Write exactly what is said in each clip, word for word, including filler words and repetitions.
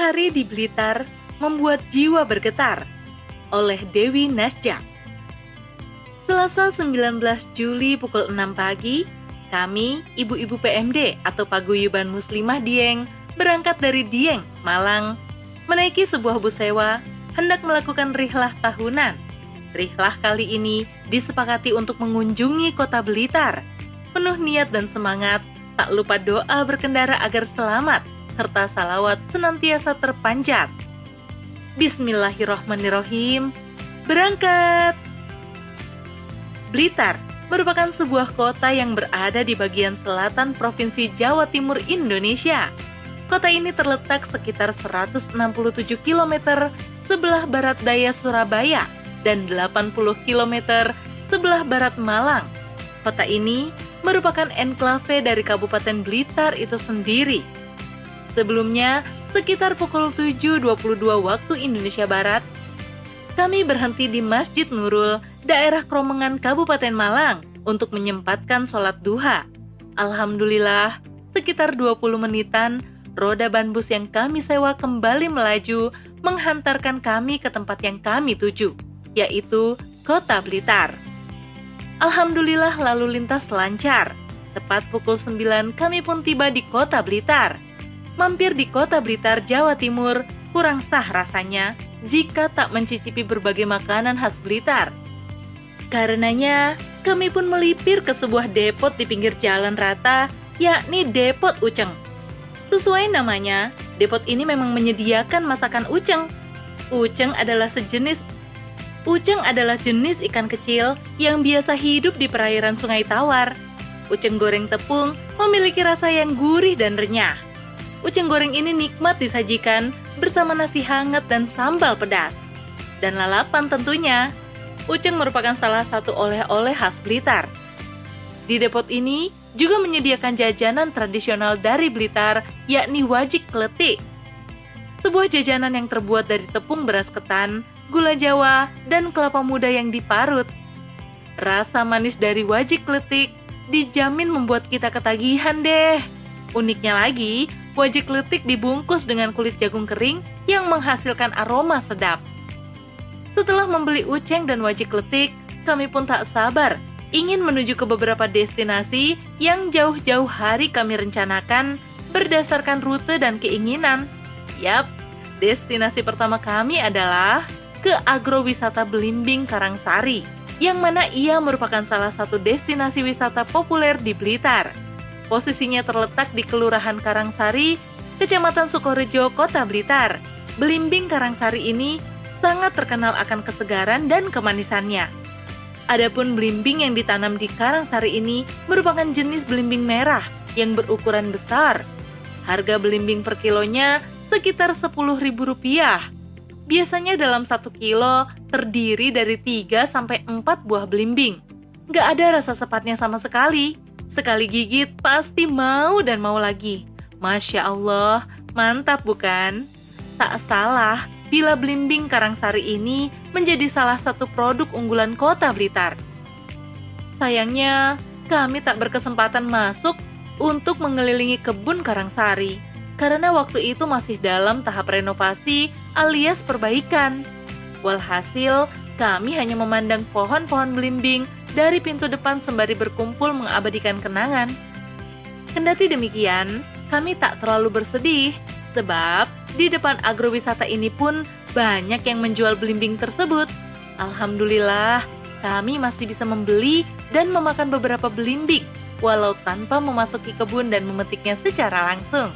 Hari di Blitar Membuat Jiwa Bergetar oleh Dewi Nasjak. Selasa sembilan belas Juli pukul enam pagi, kami, ibu-ibu P M D atau Paguyuban Muslimah Dieng, berangkat dari Dieng, Malang, menaiki sebuah bus sewa, hendak melakukan rihlah tahunan. Rihlah kali ini disepakati untuk mengunjungi kota Blitar. Penuh niat dan semangat, tak lupa doa berkendara agar selamat, serta salawat senantiasa terpanjat. Bismillahirrohmanirrohim, berangkat! Blitar merupakan sebuah kota yang berada di bagian selatan Provinsi Jawa Timur, Indonesia. Kota ini terletak sekitar seratus enam puluh tujuh kilometer sebelah barat daya Surabaya dan delapan puluh kilometer sebelah barat Malang. Kota ini merupakan enklave dari Kabupaten Blitar itu sendiri. Sebelumnya, sekitar pukul tujuh dua puluh dua waktu Indonesia Barat, kami berhenti di Masjid Nurul, daerah Kromengan, Kabupaten Malang, untuk menyempatkan sholat duha. Alhamdulillah, sekitar dua puluh menitan, roda ban bus yang kami sewa kembali melaju, menghantarkan kami ke tempat yang kami tuju, yaitu Kota Blitar. Alhamdulillah lalu lintas lancar. Tepat pukul sembilan kami pun tiba di Kota Blitar. Mampir di Kota Blitar, Jawa Timur, kurang sah rasanya jika tak mencicipi berbagai makanan khas Blitar. Karenanya, kami pun melipir ke sebuah depot di pinggir jalan rata, yakni Depot Uceng. Sesuai namanya, depot ini memang menyediakan masakan uceng. Uceng adalah sejenis Uceng adalah jenis ikan kecil yang biasa hidup di perairan Sungai Tawar. Uceng goreng tepung memiliki rasa yang gurih dan renyah. Uceng goreng ini nikmat disajikan bersama nasi hangat dan sambal pedas. Dan lalapan tentunya. Uceng merupakan salah satu oleh-oleh khas Blitar. Di depot ini juga menyediakan jajanan tradisional dari Blitar, yakni wajik kletik. Sebuah jajanan yang terbuat dari tepung beras ketan, gula jawa, dan kelapa muda yang diparut. Rasa manis dari wajik kletik dijamin membuat kita ketagihan deh. Uniknya lagi, wajik kletik dibungkus dengan kulit jagung kering yang menghasilkan aroma sedap. Setelah membeli uceng dan wajik kletik, kami pun tak sabar ingin menuju ke beberapa destinasi yang jauh-jauh hari kami rencanakan berdasarkan rute dan keinginan. Yap, destinasi pertama kami adalah ke Agrowisata Belimbing Karangsari, yang mana ia merupakan salah satu destinasi wisata populer di Blitar. Posisinya terletak di Kelurahan Karangsari, Kecamatan Sukorejo, Kota Blitar. Belimbing Karangsari ini sangat terkenal akan kesegaran dan kemanisannya. Adapun belimbing yang ditanam di Karangsari ini merupakan jenis belimbing merah yang berukuran besar. Harga belimbing per kilonya sekitar sepuluh ribu rupiah. Biasanya dalam satu kilo terdiri dari tiga sampai empat buah belimbing. Nggak ada rasa sepatnya sama sekali. Sekali gigit pasti mau dan mau lagi. Masya Allah, mantap bukan? Tak salah bila belimbing Karangsari ini menjadi salah satu produk unggulan Kota Blitar. Sayangnya, kami tak berkesempatan masuk untuk mengelilingi kebun Karangsari, karena waktu itu masih dalam tahap renovasi alias perbaikan. Walhasil, kami hanya memandang pohon-pohon belimbing dari pintu depan sembari berkumpul mengabadikan kenangan. Kendati demikian, kami tak terlalu bersedih, sebab di depan agrowisata ini pun banyak yang menjual belimbing tersebut. Alhamdulillah, kami masih bisa membeli dan memakan beberapa belimbing, walau tanpa memasuki kebun dan memetiknya secara langsung.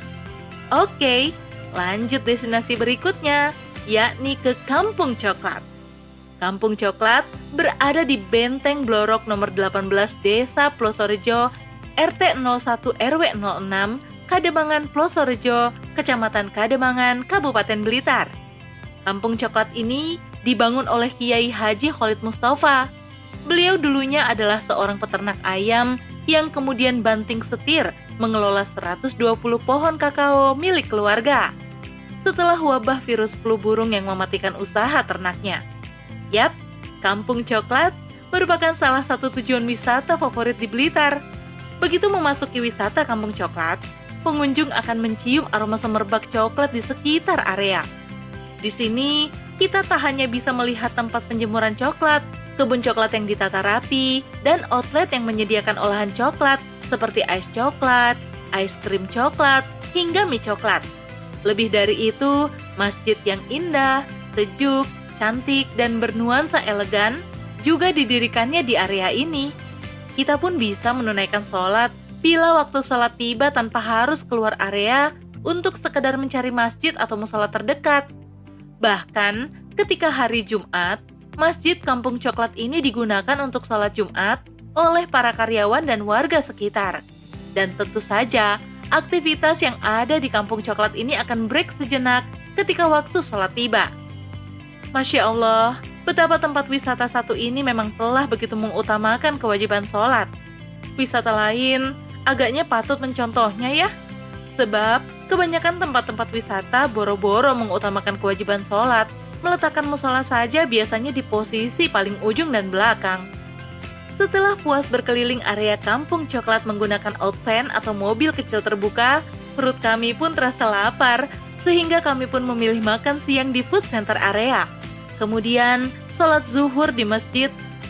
Oke, lanjut destinasi berikutnya, yakni ke Kampung Coklat. Kampung Coklat berada di Benteng Blorok nomor delapan belas Desa Plosorejo, R T nol satu R W nol enam, Kademangan Plosorejo, Kecamatan Kademangan, Kabupaten Blitar. Kampung Coklat ini dibangun oleh Kiai Haji Khalid Mustafa. Beliau dulunya adalah seorang peternak ayam yang kemudian banting setir mengelola seratus dua puluh pohon kakao milik keluarga. Setelah wabah virus flu burung yang mematikan usaha ternaknya. Yap, Kampung Coklat merupakan salah satu tujuan wisata favorit di Blitar. Begitu memasuki wisata Kampung Coklat, pengunjung akan mencium aroma semerbak coklat di sekitar area. Di sini, kita tak hanya bisa melihat tempat penjemuran coklat, kebun coklat yang ditata rapi, dan outlet yang menyediakan olahan coklat seperti ais coklat, es krim coklat, hingga mie coklat. Lebih dari itu, masjid yang indah, sejuk, cantik, dan bernuansa elegan juga didirikannya di area ini. Kita pun bisa menunaikan sholat bila waktu sholat tiba tanpa harus keluar area untuk sekedar mencari masjid atau mushola terdekat. Bahkan, ketika hari Jumat, Masjid Kampung Coklat ini digunakan untuk sholat Jumat oleh para karyawan dan warga sekitar. Dan tentu saja, aktivitas yang ada di Kampung Coklat ini akan break sejenak ketika waktu sholat tiba. Masya Allah, betapa tempat wisata satu ini memang telah begitu mengutamakan kewajiban sholat. Wisata lain agaknya patut mencontohnya ya. Sebab kebanyakan tempat-tempat wisata boro-boro mengutamakan kewajiban sholat, meletakkan mushola saja biasanya di posisi paling ujung dan belakang. Setelah puas berkeliling area Kampung Coklat menggunakan outvan atau mobil kecil terbuka, perut kami pun terasa lapar, sehingga kami pun memilih makan siang di food center area. Kemudian, sholat zuhur di masjid,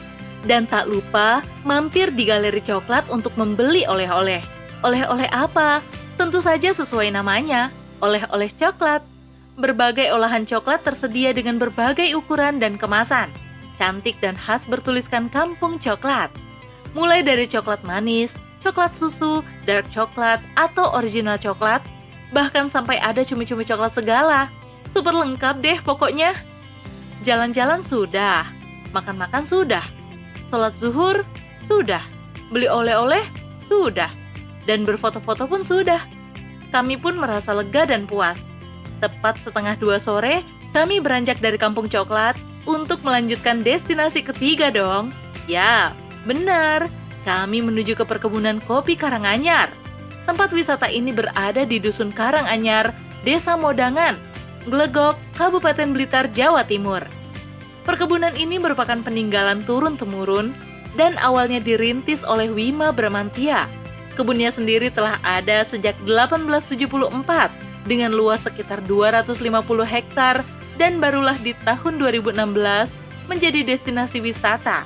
dan tak lupa mampir di galeri coklat untuk membeli oleh-oleh. Oleh-oleh apa? Tentu saja sesuai namanya, oleh-oleh coklat. Berbagai olahan coklat tersedia dengan berbagai ukuran dan kemasan. Cantik dan khas bertuliskan Kampung Coklat. Mulai dari coklat manis, coklat susu, dark coklat, atau original coklat, bahkan sampai ada cumi-cumi coklat segala. Super lengkap deh pokoknya. Jalan-jalan sudah, makan-makan sudah, sholat zuhur sudah, beli oleh-oleh sudah, dan berfoto-foto pun sudah. Kami pun merasa lega dan puas. Tepat setengah dua sore, kami beranjak dari Kampung Coklat untuk melanjutkan destinasi ketiga dong. Ya, benar, kami menuju ke perkebunan kopi Karanganyar. Tempat wisata ini berada di Dusun Karanganyar, Desa Modangan, Glegok, Kabupaten Blitar, Jawa Timur. Perkebunan ini merupakan peninggalan turun-temurun dan awalnya dirintis oleh Wima Bramantia. Kebunnya sendiri telah ada sejak delapan belas tujuh puluh empat dengan luas sekitar dua ratus lima puluh hektar dan barulah di tahun dua ribu enam belas menjadi destinasi wisata.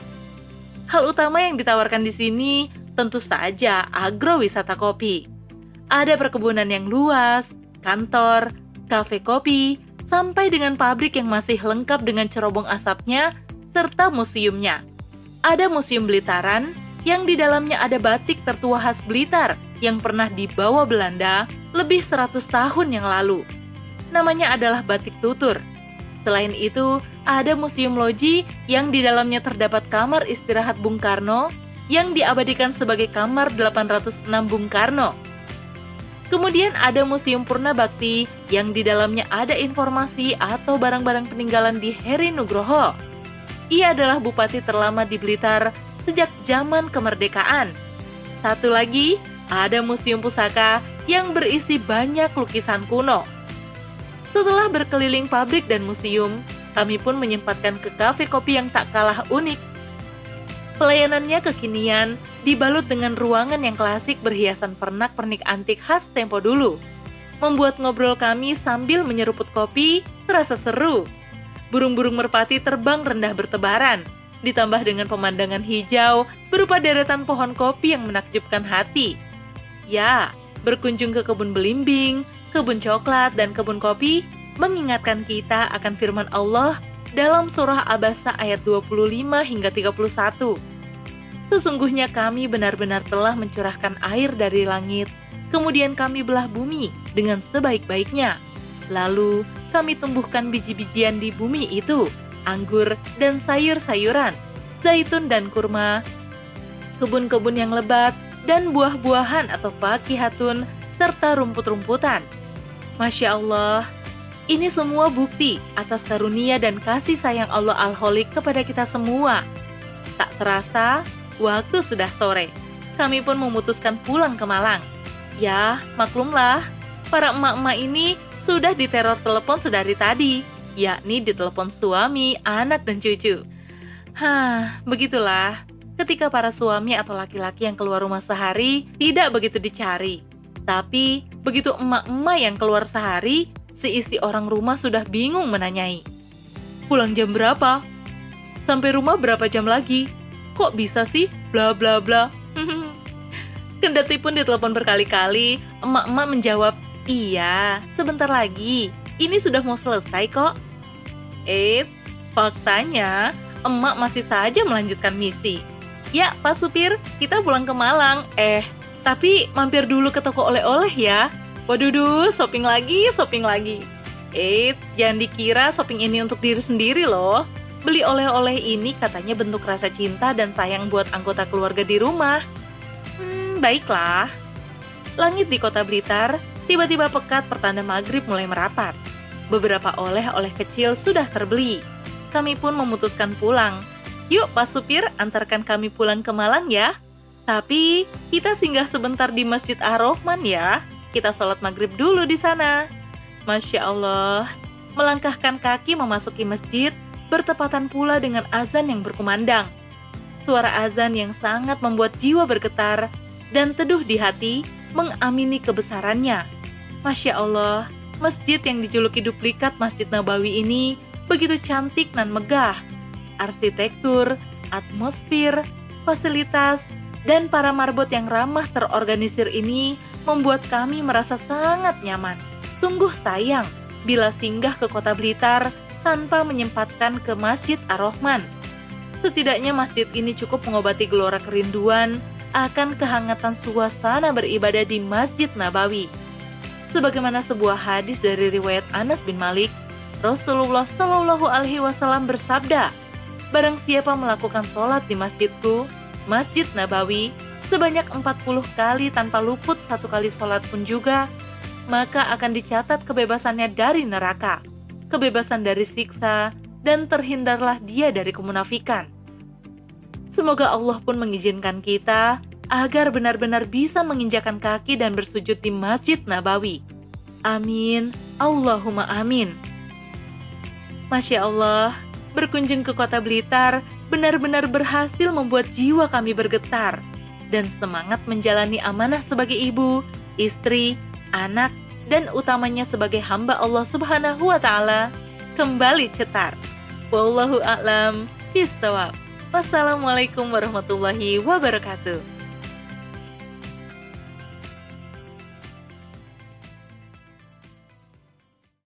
Hal utama yang ditawarkan di sini tentu saja agrowisata kopi. Ada perkebunan yang luas, kantor, kafe kopi, sampai dengan pabrik yang masih lengkap dengan cerobong asapnya, serta museumnya. Ada Museum Blitaran, yang di dalamnya ada batik tertua khas Blitar yang pernah dibawa Belanda lebih seratus tahun yang lalu. Namanya adalah Batik Tutur. Selain itu, ada Museum Loji yang di dalamnya terdapat kamar istirahat Bung Karno yang diabadikan sebagai kamar delapan ratus enam Bung Karno. Kemudian ada Museum Purna Bakti yang di dalamnya ada informasi atau barang-barang peninggalan di Heri Nugroho. Ia adalah bupati terlama di Blitar sejak zaman kemerdekaan. Satu lagi, ada Museum Pusaka yang berisi banyak lukisan kuno. Setelah berkeliling pabrik dan museum, kami pun menyempatkan ke kafe kopi yang tak kalah unik. Pelayanannya kekinian, dibalut dengan ruangan yang klasik berhiasan pernak-pernik antik khas tempo dulu. Membuat ngobrol kami sambil menyeruput kopi terasa seru. Burung-burung merpati terbang rendah bertebaran, ditambah dengan pemandangan hijau berupa deretan pohon kopi yang menakjubkan hati. Ya, berkunjung ke kebun belimbing, kebun coklat, dan kebun kopi mengingatkan kita akan firman Allah dalam surah Abasa ayat dua puluh lima hingga tiga puluh satu. Sesungguhnya kami benar-benar telah mencurahkan air dari langit, kemudian kami belah bumi dengan sebaik-baiknya. Lalu kami tumbuhkan biji-bijian di bumi itu, anggur dan sayur-sayuran, zaitun dan kurma, kebun-kebun yang lebat, dan buah-buahan atau fakihatun, serta rumput-rumputan. Masya Allah, ini semua bukti atas karunia dan kasih sayang Allah Al-Kholik kepada kita semua. Tak terasa, waktu sudah sore. Kami pun memutuskan pulang ke Malang. Ya, maklumlah, para emak-emak ini sudah diteror telepon sedari tadi, yakni ditelepon suami, anak, dan cucu. Hah, begitulah. Ketika para suami atau laki-laki yang keluar rumah sehari tidak begitu dicari. Tapi Begitu emak-emak yang keluar sehari, seisi orang rumah sudah bingung menanyai. Pulang jam berapa? Sampai rumah berapa jam lagi? Kok bisa sih? Bla bla bla. Kendati pun ditelepon berkali-kali, emak-emak menjawab, iya, sebentar lagi. Ini sudah mau selesai kok. Eh, faktanya, emak masih saja melanjutkan misi. Ya, Pak Supir, kita pulang ke Malang. Eh, tapi mampir dulu ke toko oleh-oleh ya. Waduh, shopping lagi, shopping lagi. Eh, jangan dikira shopping ini untuk diri sendiri loh. Beli oleh-oleh ini katanya bentuk rasa cinta dan sayang buat anggota keluarga di rumah. Hmm, baiklah. Langit di kota Blitar tiba-tiba pekat pertanda maghrib mulai merapat. Beberapa oleh-oleh kecil sudah terbeli. Kami pun memutuskan pulang. Yuk Pak Supir, antarkan kami pulang ke Malang ya. Tapi kita singgah sebentar di Masjid Ar-Rahman ya. Kita sholat maghrib dulu di sana. Masya Allah, melangkahkan kaki memasuki masjid, bertepatan pula dengan azan yang berkumandang. Suara azan yang sangat membuat jiwa bergetar dan teduh di hati mengamini kebesarannya. Masya Allah, masjid yang dijuluki duplikat Masjid Nabawi ini begitu cantik dan megah. Arsitektur, atmosfer, fasilitas, dan para marbot yang ramah terorganisir ini membuat kami merasa sangat nyaman. Sungguh sayang bila singgah ke kota Blitar tanpa menyempatkan ke Masjid Ar-Rahman. Setidaknya masjid ini cukup mengobati gelora kerinduan akan kehangatan suasana beribadah di Masjid Nabawi. Sebagaimana sebuah hadis dari riwayat Anas bin Malik, Rasulullah Shallallahu Alaihi Wasallam bersabda, barang siapa melakukan sholat di masjidku, Masjid Nabawi, sebanyak empat puluh kali tanpa luput satu kali sholat pun juga, maka akan dicatat kebebasannya dari neraka, kebebasan dari siksa, dan terhindarlah dia dari kemunafikan. Semoga Allah pun mengizinkan kita agar benar-benar bisa menginjakan kaki dan bersujud di Masjid Nabawi. Amin, Allahumma amin. Masya Allah, berkunjung ke kota Blitar benar-benar berhasil membuat jiwa kami bergetar dan semangat menjalani amanah sebagai ibu, istri, anak, dan utamanya sebagai hamba Allah Subhanahu wa Ta'ala kembali cetar. Wallahu a'lam bishawab. Wassalamualaikum warahmatullahi wabarakatuh.